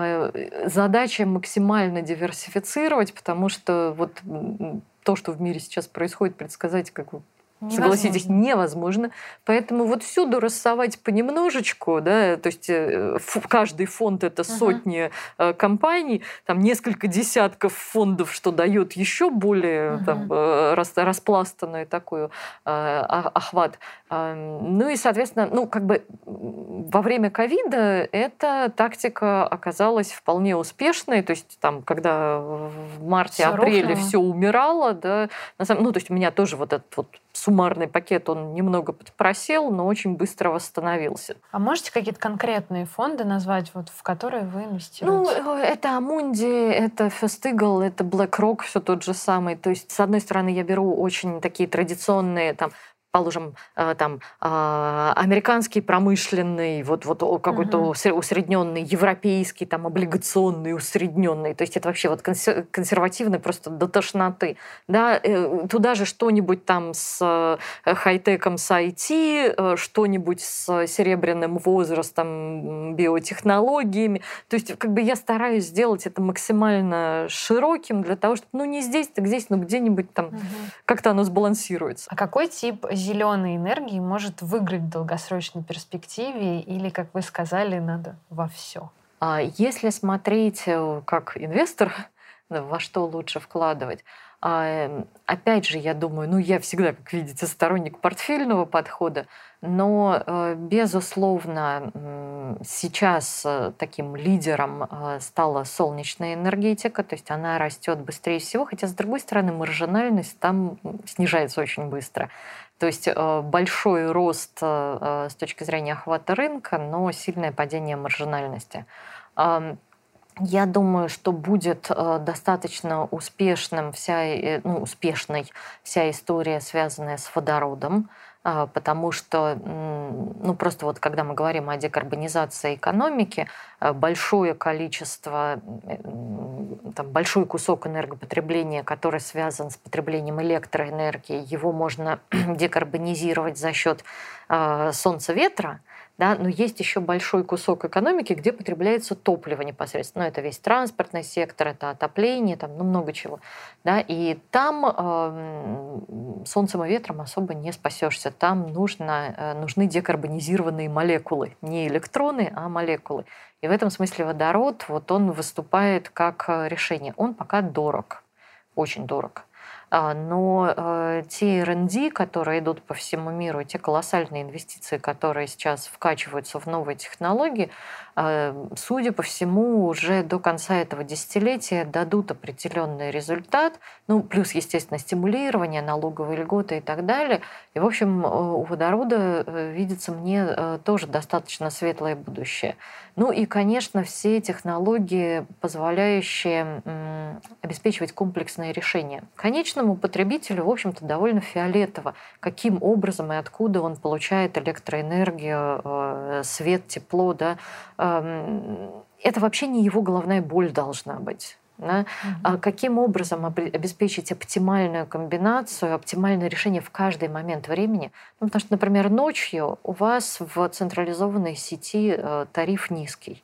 задача максимально диверсифицировать, потому что вот то, что в мире сейчас происходит, предсказать, как вы согласитесь, невозможно. Поэтому вот всюду рассовать понемножечку, да, то есть каждый фонд это сотни компаний, там несколько десятков фондов, что дает еще более там, распластанный такой охват. Ну и, соответственно, ну как бы во время ковида эта тактика оказалась вполне успешной, то есть там, когда в марте-апреле все умирало, да, ну то есть у меня тоже вот этот вот суммарный пакет, он немного просел, но очень быстро восстановился. А можете какие-то конкретные фонды назвать, вот, в которые вы инвестируете? Ну, это Amundi, это First Eagle, это BlackRock, все тот же самый. То есть, с одной стороны, я беру очень такие традиционные, там, положим, там, американский промышленный, вот какой-то усредненный, европейский, там, облигационный, усредненный. То есть это вообще вот консервативный просто до тошноты. Да? Туда же что-нибудь там с хай-теком, с IT, что-нибудь с серебряным возрастом, биотехнологиями. То есть как бы я стараюсь сделать это максимально широким для того, чтобы, ну, не здесь, так здесь, но где-нибудь там как-то оно сбалансируется. А какой тип зеленой энергии может выиграть в долгосрочной перспективе, или, как вы сказали, надо во все? Если смотреть как инвестор, во что лучше вкладывать, опять же, я думаю, ну, я всегда, как видите, сторонник портфельного подхода, но, безусловно, сейчас таким лидером стала солнечная энергетика, то есть она растет быстрее всего, хотя, с другой стороны, маржинальность там снижается очень быстро. То есть большой рост с точки зрения охвата рынка, но сильное падение маржинальности. Я думаю, что будет достаточно успешной вся история, связанная с водородом, потому что, ну, просто вот когда мы говорим о декарбонизации экономики, большое количество, там, большой кусок энергопотребления, который связан с потреблением электроэнергии, его можно декарбонизировать за счет солнца-ветра. Да, но есть еще большой кусок экономики, где потребляется топливо непосредственно. Ну, это весь транспортный сектор, это отопление, там, ну, много чего. Да, и там солнцем и ветром особо не спасешься. Там нужны декарбонизированные молекулы. Не электроны, а молекулы. И в этом смысле водород, вот он выступает как решение. Он пока дорог, очень дорог. Но те R&D, которые идут по всему миру, те колоссальные инвестиции, которые сейчас вкачиваются в новые технологии, судя по всему, уже до конца этого десятилетия дадут определенный результат. Ну, плюс, естественно, стимулирование, налоговые льготы и так далее. И, в общем, у водорода видится мне тоже достаточно светлое будущее. Ну и, конечно, все технологии, позволяющие обеспечивать комплексные решения. Конечному потребителю, в общем-то, довольно фиолетово, каким образом и откуда он получает электроэнергию, свет, тепло. Да? Это вообще не его головная боль должна быть. Да? Каким образом обеспечить оптимальную комбинацию, оптимальное решение в каждый момент времени? Ну, потому что, например, ночью у вас в централизованной сети тариф низкий.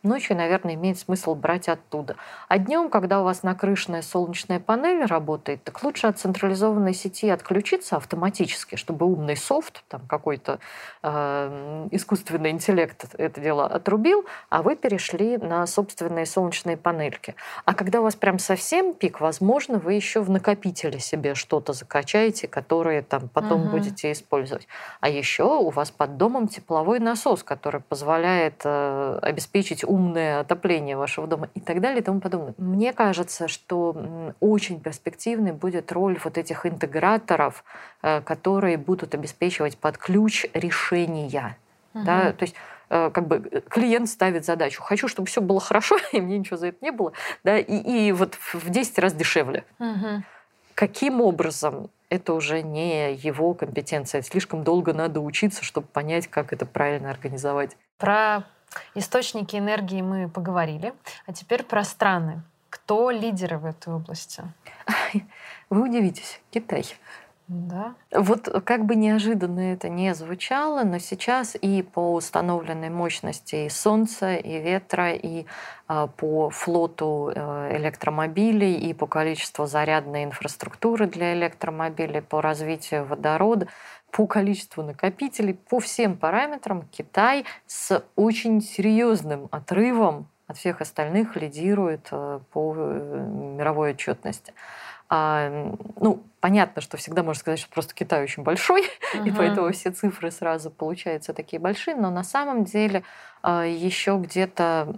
ночью, наверное, имеет смысл брать оттуда. А днем, когда у вас накрышенная солнечная панель работает, так лучше от централизованной сети отключиться автоматически, чтобы умный софт, там какой-то искусственный интеллект это дело отрубил, а вы перешли на собственные солнечные панельки. А когда у вас прям совсем пик, возможно, вы еще в накопителе себе что-то закачаете, которое там потом будете использовать. А еще у вас под домом тепловой насос, который позволяет обеспечить умное отопление вашего дома и так далее и тому подобное. Мне кажется, что очень перспективной будет роль вот этих интеграторов, которые будут обеспечивать под ключ решения. Да? То есть как бы клиент ставит задачу. Хочу, чтобы все было хорошо, и мне ничего за это не было, да, и вот в 10 раз дешевле. Каким образом? Это уже не его компетенция. Слишком долго надо учиться, чтобы понять, как это правильно организовать. Про источники энергии мы поговорили, а теперь про страны. Кто лидеры в этой области? Вы удивитесь, Китай. Да. Вот как бы неожиданно это не звучало, но сейчас и по установленной мощности и солнца, и ветра, и по флоту электромобилей, и по количеству зарядной инфраструктуры для электромобилей, по развитию водорода, по количеству накопителей, по всем параметрам Китай с очень серьезным отрывом от всех остальных лидирует по мировой отчетности. Понятно, что всегда можно сказать, что просто Китай очень большой, и поэтому все цифры сразу получаются такие большие, но на самом деле еще где-то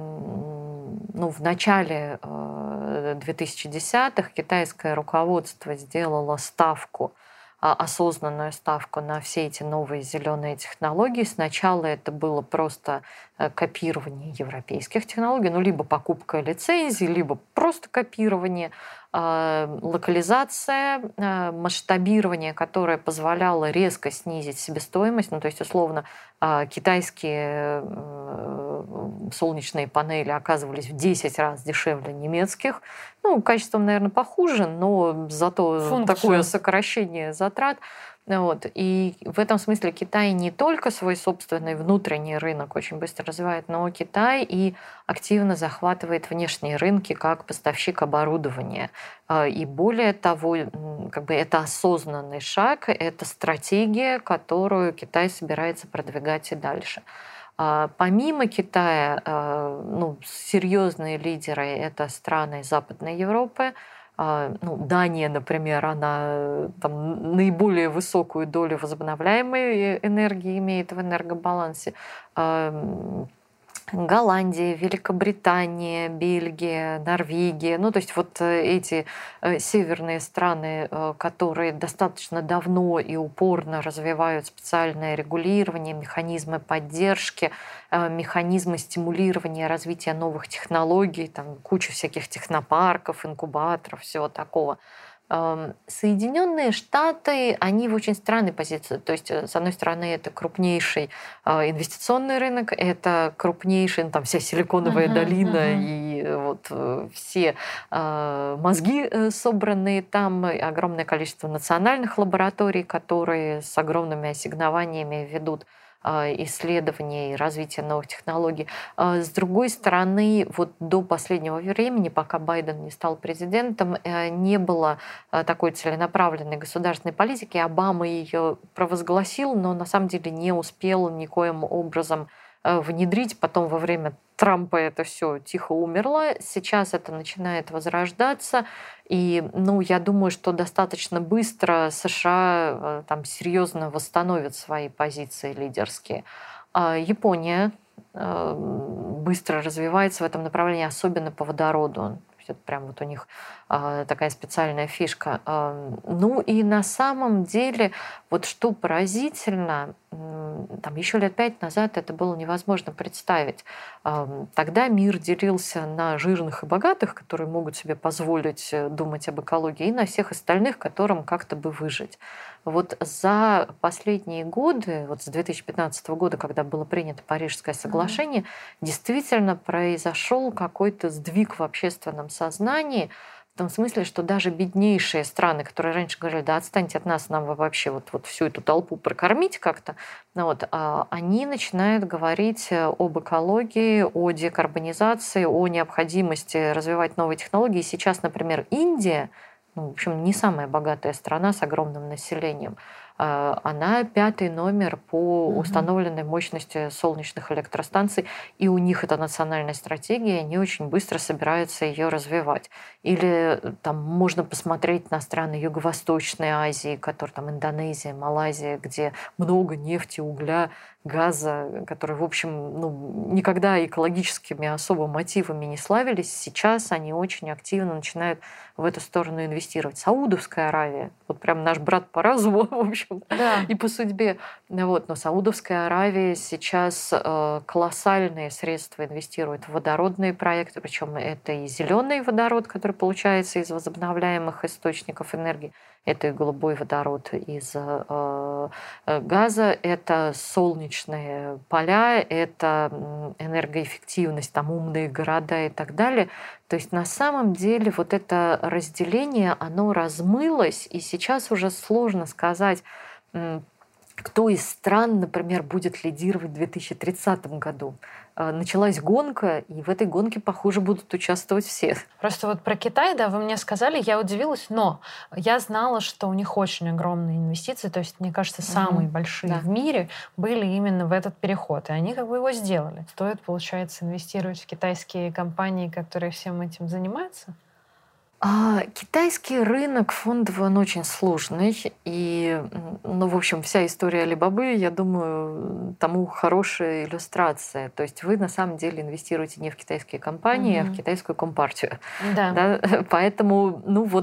в начале 2010-х китайское руководство сделало осознанную ставку на все эти новые зеленые технологии. Сначала это было просто копирование европейских технологий, либо покупка лицензий, либо просто копирование, локализация, масштабирование, которое позволяло резко снизить себестоимость. То есть, условно, китайские солнечные панели оказывались в 10 раз дешевле немецких. Качеством, наверное, похуже, но зато такое сокращение затрат. И в этом смысле Китай не только свой собственный внутренний рынок очень быстро развивает, но Китай и активно захватывает внешние рынки как поставщик оборудования. И более того, это осознанный шаг, это стратегия, которую Китай собирается продвигать и дальше. Помимо Китая, серьезные лидеры — это страны Западной Европы. Дания, например, она там наиболее высокую долю возобновляемой энергии имеет в энергобалансе. Голландия, Великобритания, Бельгия, Норвегия. То есть вот эти северные страны, которые достаточно давно и упорно развивают специальное регулирование, механизмы поддержки, механизмы стимулирования развития новых технологий, там куча всяких технопарков, инкубаторов, всего такого. Соединенные Штаты, они в очень странной позиции. То есть, с одной стороны, это крупнейший инвестиционный рынок, это крупнейший, вся Силиконовая долина и вот все мозги собранные там, огромное количество национальных лабораторий, которые с огромными ассигнованиями ведут исследований и развития новых технологий. С другой стороны, вот до последнего времени, пока Байден не стал президентом, не было такой целенаправленной государственной политики. Обама ее провозгласил, но на самом деле не успел никоим образом внедрить. Потом во время Трампа это все тихо умерло. Сейчас это начинает возрождаться. И я думаю, что достаточно быстро США серьезно восстановит свои позиции лидерские. Япония быстро развивается в этом направлении, особенно по водороду. Это прям вот у них такая специальная фишка. И на самом деле, вот что поразительно, еще лет 5 назад это было невозможно представить. Тогда мир делился на жирных и богатых, которые могут себе позволить думать об экологии, и на всех остальных, которым как-то бы выжить. Вот за последние годы, вот с 2015 года, когда было принято Парижское соглашение, действительно произошел какой-то сдвиг в общественном сознании, том смысле, что даже беднейшие страны, которые раньше говорили, да отстаньте от нас, нам вообще вот всю эту толпу прокормить как-то, они начинают говорить об экологии, о декарбонизации, о необходимости развивать новые технологии. Сейчас, например, Индия, в общем, не самая богатая страна с огромным населением, она 5-й номер по установленной мощности солнечных электростанций, и у них это национальная стратегия, и они очень быстро собираются ее развивать. Или там можно посмотреть на страны Юго-Восточной Азии, которые там Индонезия, Малайзия, где много нефти, угля, газа, которые, в общем, никогда экологическими особо мотивами не славились. Сейчас они очень активно начинают в эту сторону инвестировать. Саудовская Аравия, вот прям наш брат по разуму, в общем, Да. и по судьбе. Но Саудовская Аравия сейчас колоссальные средства инвестирует в водородные проекты, причем это и зеленый водород, который получается из возобновляемых источников энергии, это и голубой водород из газа, это солнечные поля, это энергоэффективность, там умные города и так далее. То есть на самом деле вот это разделение, оно размылось, и сейчас уже сложно сказать, кто из стран, например, будет лидировать в 2030 году. Началась гонка, и в этой гонке, похоже, будут участвовать все. Просто вот про Китай, да, вы мне сказали, я удивилась, но я знала, что у них очень огромные инвестиции, то есть, мне кажется, самые большие в мире были именно в этот переход, и они как бы его сделали. Стоит, получается, инвестировать в китайские компании, которые всем этим занимаются? Китайский рынок фондовый, он очень сложный. И, в общем, вся история Алибабы, я думаю, тому хорошая иллюстрация. То есть вы на самом деле инвестируете не в китайские компании, а в китайскую компартию. Да. Поэтому,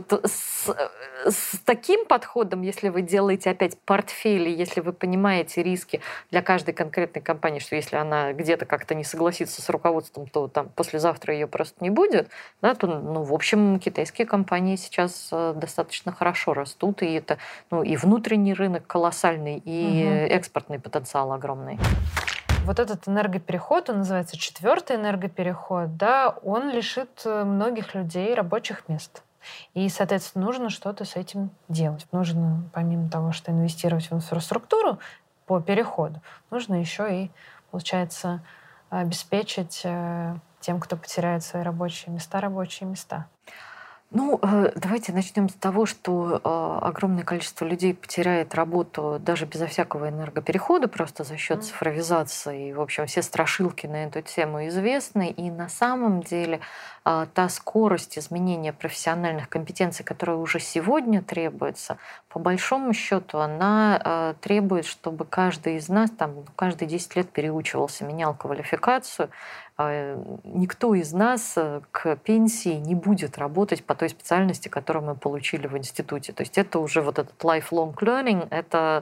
с таким подходом, если вы делаете опять портфели, если вы понимаете риски для каждой конкретной компании, что если она где-то как-то не согласится с руководством, то там послезавтра ее просто не будет, то, в общем, китайские компании сейчас достаточно хорошо растут, и это и внутренний рынок колоссальный, и экспортный потенциал огромный. Вот этот энергопереход, он называется 4-й энергопереход, да, он лишит многих людей рабочих мест. И, соответственно, нужно что-то с этим делать. Нужно, помимо того, что инвестировать в инфраструктуру по переходу, нужно еще и, получается, обеспечить тем, кто потеряет свои рабочие места. Давайте начнем с того, что огромное количество людей потеряет работу даже безо всякого энергоперехода, просто за счет цифровизации. В общем, все страшилки на эту тему известны. И на самом деле та скорость изменения профессиональных компетенций, которая уже сегодня требуется, по большому счету, она требует, чтобы каждый из нас каждые 10 лет переучивался, менял квалификацию. Никто из нас к пенсии не будет работать по той специальности, которую мы получили в институте. То есть это уже вот этот lifelong learning, это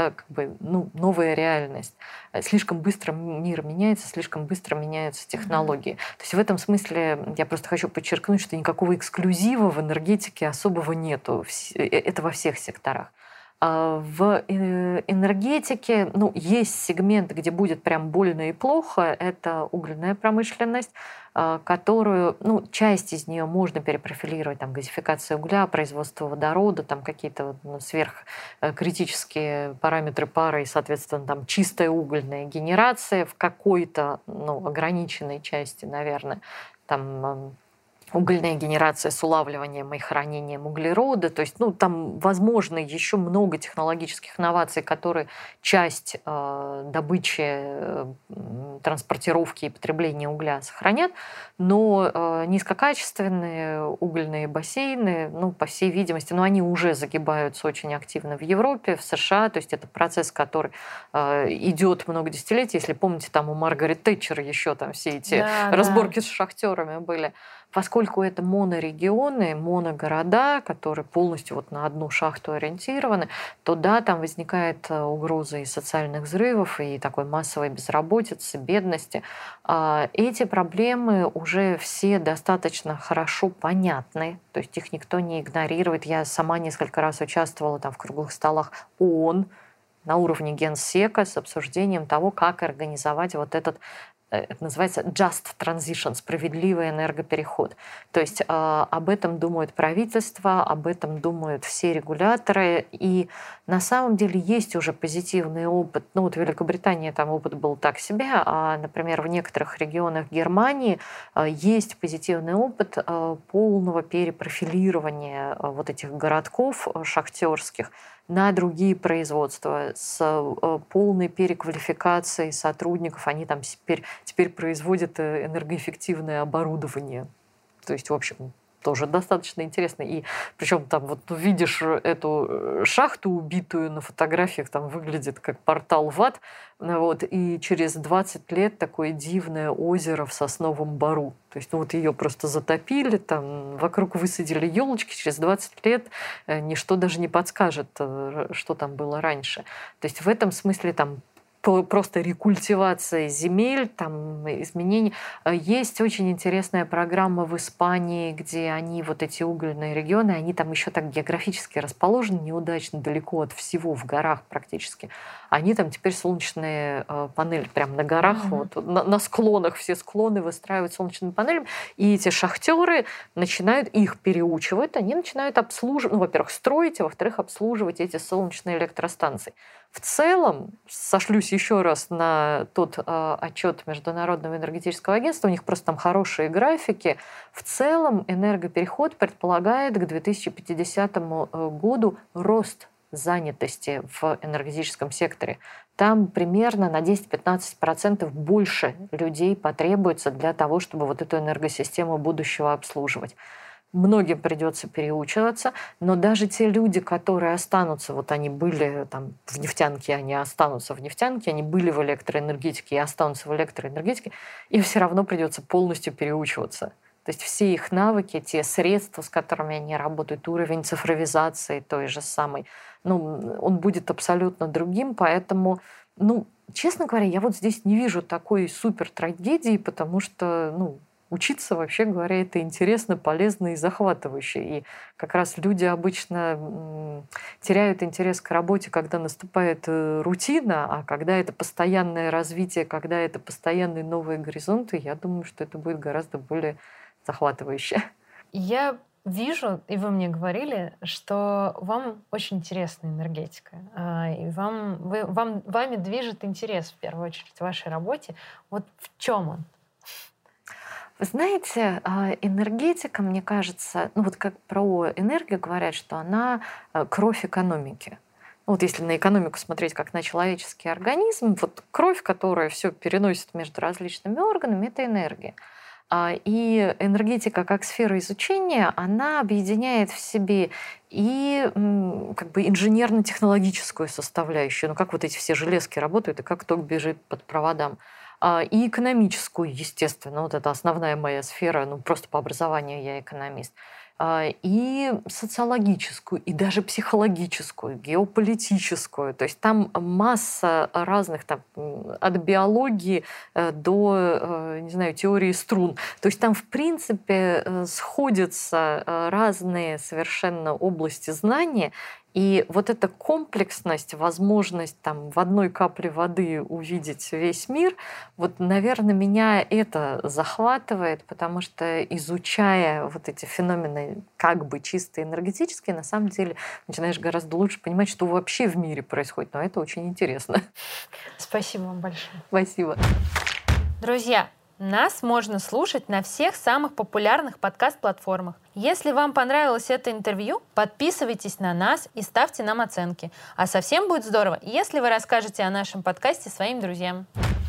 новая реальность. Слишком быстро мир меняется, слишком быстро меняются технологии. То есть в этом смысле я просто хочу подчеркнуть, что никакого эксклюзива в энергетике особого нету. Это во всех секторах. В энергетике есть сегмент, где будет прям больно и плохо. Это угольная промышленность, которую, часть из нее можно перепрофилировать, газификация угля, производство водорода, какие-то сверхкритические параметры пары и, соответственно, чистая угольная генерация в какой-то ограниченной части, наверное, угольная генерация с улавливанием и хранением углерода. То есть, там, возможно, еще много технологических инноваций, которые часть добычи, транспортировки и потребления угля сохранят, но низкокачественные угольные бассейны, по всей видимости, они уже загибаются очень активно в Европе, в США. То есть это процесс, который идет много десятилетий. Если помните, у Маргарет Тэтчер еще все эти разборки с шахтерами были. Поскольку это монорегионы, моногорода, которые полностью на одну шахту ориентированы, то там возникает угроза и социальных взрывов, и такой массовой безработицы, бедности. Эти проблемы уже все достаточно хорошо понятны, то есть их никто не игнорирует. Я сама несколько раз участвовала в круглых столах ООН на уровне Генсека с обсуждением того, как организовать вот этот это называется just transition, справедливый энергопереход. То есть об этом думает правительство, об этом думают все регуляторы, и на самом деле есть уже позитивный опыт. Ну вот в Великобритании там опыт был так себе, а, например, в некоторых регионах Германии есть позитивный опыт полного перепрофилирования вот этих городков шахтерских на другие производства с полной переквалификацией сотрудников. Они там теперь производят энергоэффективное оборудование. То есть, в общем, тоже достаточно интересно. И причем там вот видишь эту шахту убитую на фотографиях, там выглядит как портал в ад. Вот, и через 20 лет такое дивное озеро в Сосновом Бору. То есть вот ее просто затопили, там вокруг высадили елочки, через 20 лет ничто даже не подскажет, что там было раньше. То есть в этом смысле там просто рекультивация земель, там, изменения. Есть очень интересная программа в Испании, где они, вот эти угольные регионы, они там еще так географически расположены, неудачно, далеко от всего, в горах практически. Они там теперь солнечные панели прямо на горах, вот, на склонах, все склоны выстраивают солнечными панелями, и эти шахтеры начинают их переучивать, они начинают обслуживать, ну, во-первых, строить, а во-вторых, обслуживать эти солнечные электростанции. В целом, сошлюсь еще раз на тот отчет Международного энергетического агентства, у них просто там хорошие графики. В целом энергопереход предполагает к 2050 году рост занятости в энергетическом секторе. Там примерно на 10-15% больше людей потребуется для того, чтобы вот эту энергосистему будущего обслуживать. Многим придется переучиваться, но даже те люди, которые останутся, вот они были там в нефтянке, они останутся в нефтянке, они были в электроэнергетике и останутся в электроэнергетике, им все равно придется полностью переучиваться. То есть все их навыки, те средства, с которыми они работают, уровень цифровизации той же самой, ну, он будет абсолютно другим, поэтому, ну, честно говоря, я вот здесь не вижу такой супер трагедии, потому что, ну, учиться, вообще говоря, это интересно, полезно и захватывающе. И как раз люди обычно теряют интерес к работе, когда наступает рутина, а когда это постоянное развитие, когда это постоянные новые горизонты, я думаю, что это будет гораздо более захватывающе. Я вижу, и вы мне говорили, что вам очень интересна энергетика, и вами движет интерес, в первую очередь, в вашей работе. Вот в чем он? Вы знаете, энергетика, мне кажется, ну вот как про энергию говорят, что она кровь экономики. Вот если на экономику смотреть как на человеческий организм, вот кровь, которая все переносит между различными органами, это энергия. И энергетика как сфера изучения, она объединяет в себе и как бы инженерно-технологическую составляющую, ну как вот эти все железки работают и как ток бежит под проводам, и экономическую, естественно, вот это основная моя сфера, ну просто по образованию я экономист, и социологическую, и даже психологическую, геополитическую. То есть там масса разных, там, от биологии до, не знаю, теории струн. То есть там, в принципе, сходятся разные совершенно области знания, и вот эта комплексность, возможность там в одной капле воды увидеть весь мир, вот, наверное, меня это захватывает, потому что, изучая вот эти феномены как бы чисто энергетические, на самом деле начинаешь гораздо лучше понимать, что вообще в мире происходит. Но это очень интересно. Спасибо вам большое. Спасибо. Друзья, нас можно слушать на всех самых популярных подкаст-платформах. Если вам понравилось это интервью, подписывайтесь на нас и ставьте нам оценки. А совсем будет здорово, если вы расскажете о нашем подкасте своим друзьям.